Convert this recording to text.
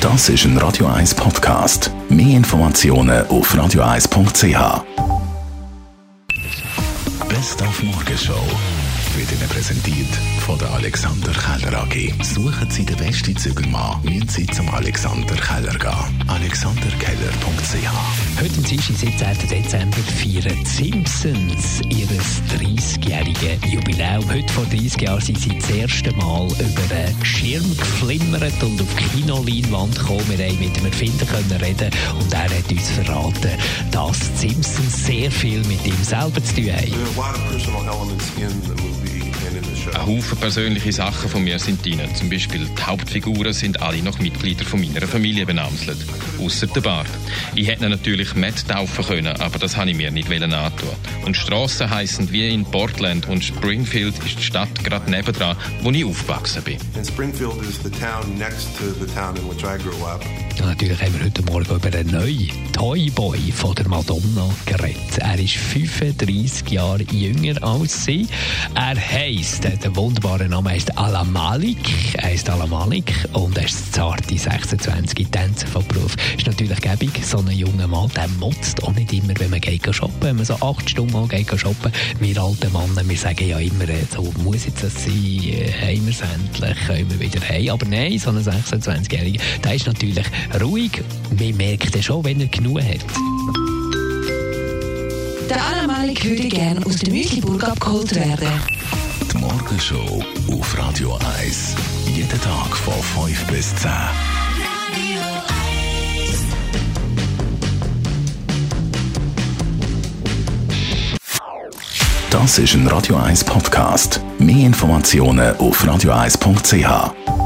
Das ist ein Radio 1 Podcast. Mehr Informationen auf radio1.ch. Best auf Morgenshow wird Ihnen präsentiert von der Alexander Keller AG. Suchen Sie den besten Zügelmann, müssen Sie zum Alexander Keller gehen. alexanderkeller.ch. Heute am Dienstag, 17. Dezember, feiern die Simpsons ihr 30-jähriges Jubiläum. Heute vor 30 Jahren sind sie das erste Mal über einen Schirm geflimmert und auf die Kinoleinwand gekommen. Wir haben mit dem Erfinder reden und er hat uns verraten, dass die Simpsons sehr viel mit ihm selber zu tun haben. Ein Haufen persönliche Sachen von mir sind drin. Zum Beispiel die Hauptfiguren sind alle noch Mitglieder von meiner Familie benamselt. Ausser der Bart. Ich hätte ihn natürlich Matt taufen können, aber das habe ich mir nicht antun. Und Strassen heissen wie in Portland und Springfield ist die Stadt gerade nebendran, wo ich aufgewachsen bin. And Springfield is the town next to the town in which I grew up. Natürlich haben wir heute Morgen über einen neuen Toyboy von der Madonna geredet. Er ist 35 Jahre jünger als sie. Er heisst, der wunderbare Name heisst Alam Malik. Er heisst Alam Malik und er ist zarte 26 Tänzer von Beruf. Ist natürlich gäbig, so ein junger Mann, der motzt auch nicht immer, wenn man geht shoppen. Wenn man so 8 Stunden mal geht shoppen. Wir alten Männer, wir sagen ja immer, so muss jetzt das sein, haben wir es endlich, können wir wieder heim. Aber nein, so ein 26-Jähriger, der ist natürlich ruhig. Man merkt ja schon, wenn er genug hat. Der Alam Malik würde gerne aus der Müsliburg abgeholt werden. Die Morgenshow auf Radio 1. Jeden Tag von 5 bis 10. Das ist ein Radio 1 Podcast. Mehr Informationen auf radio1.ch.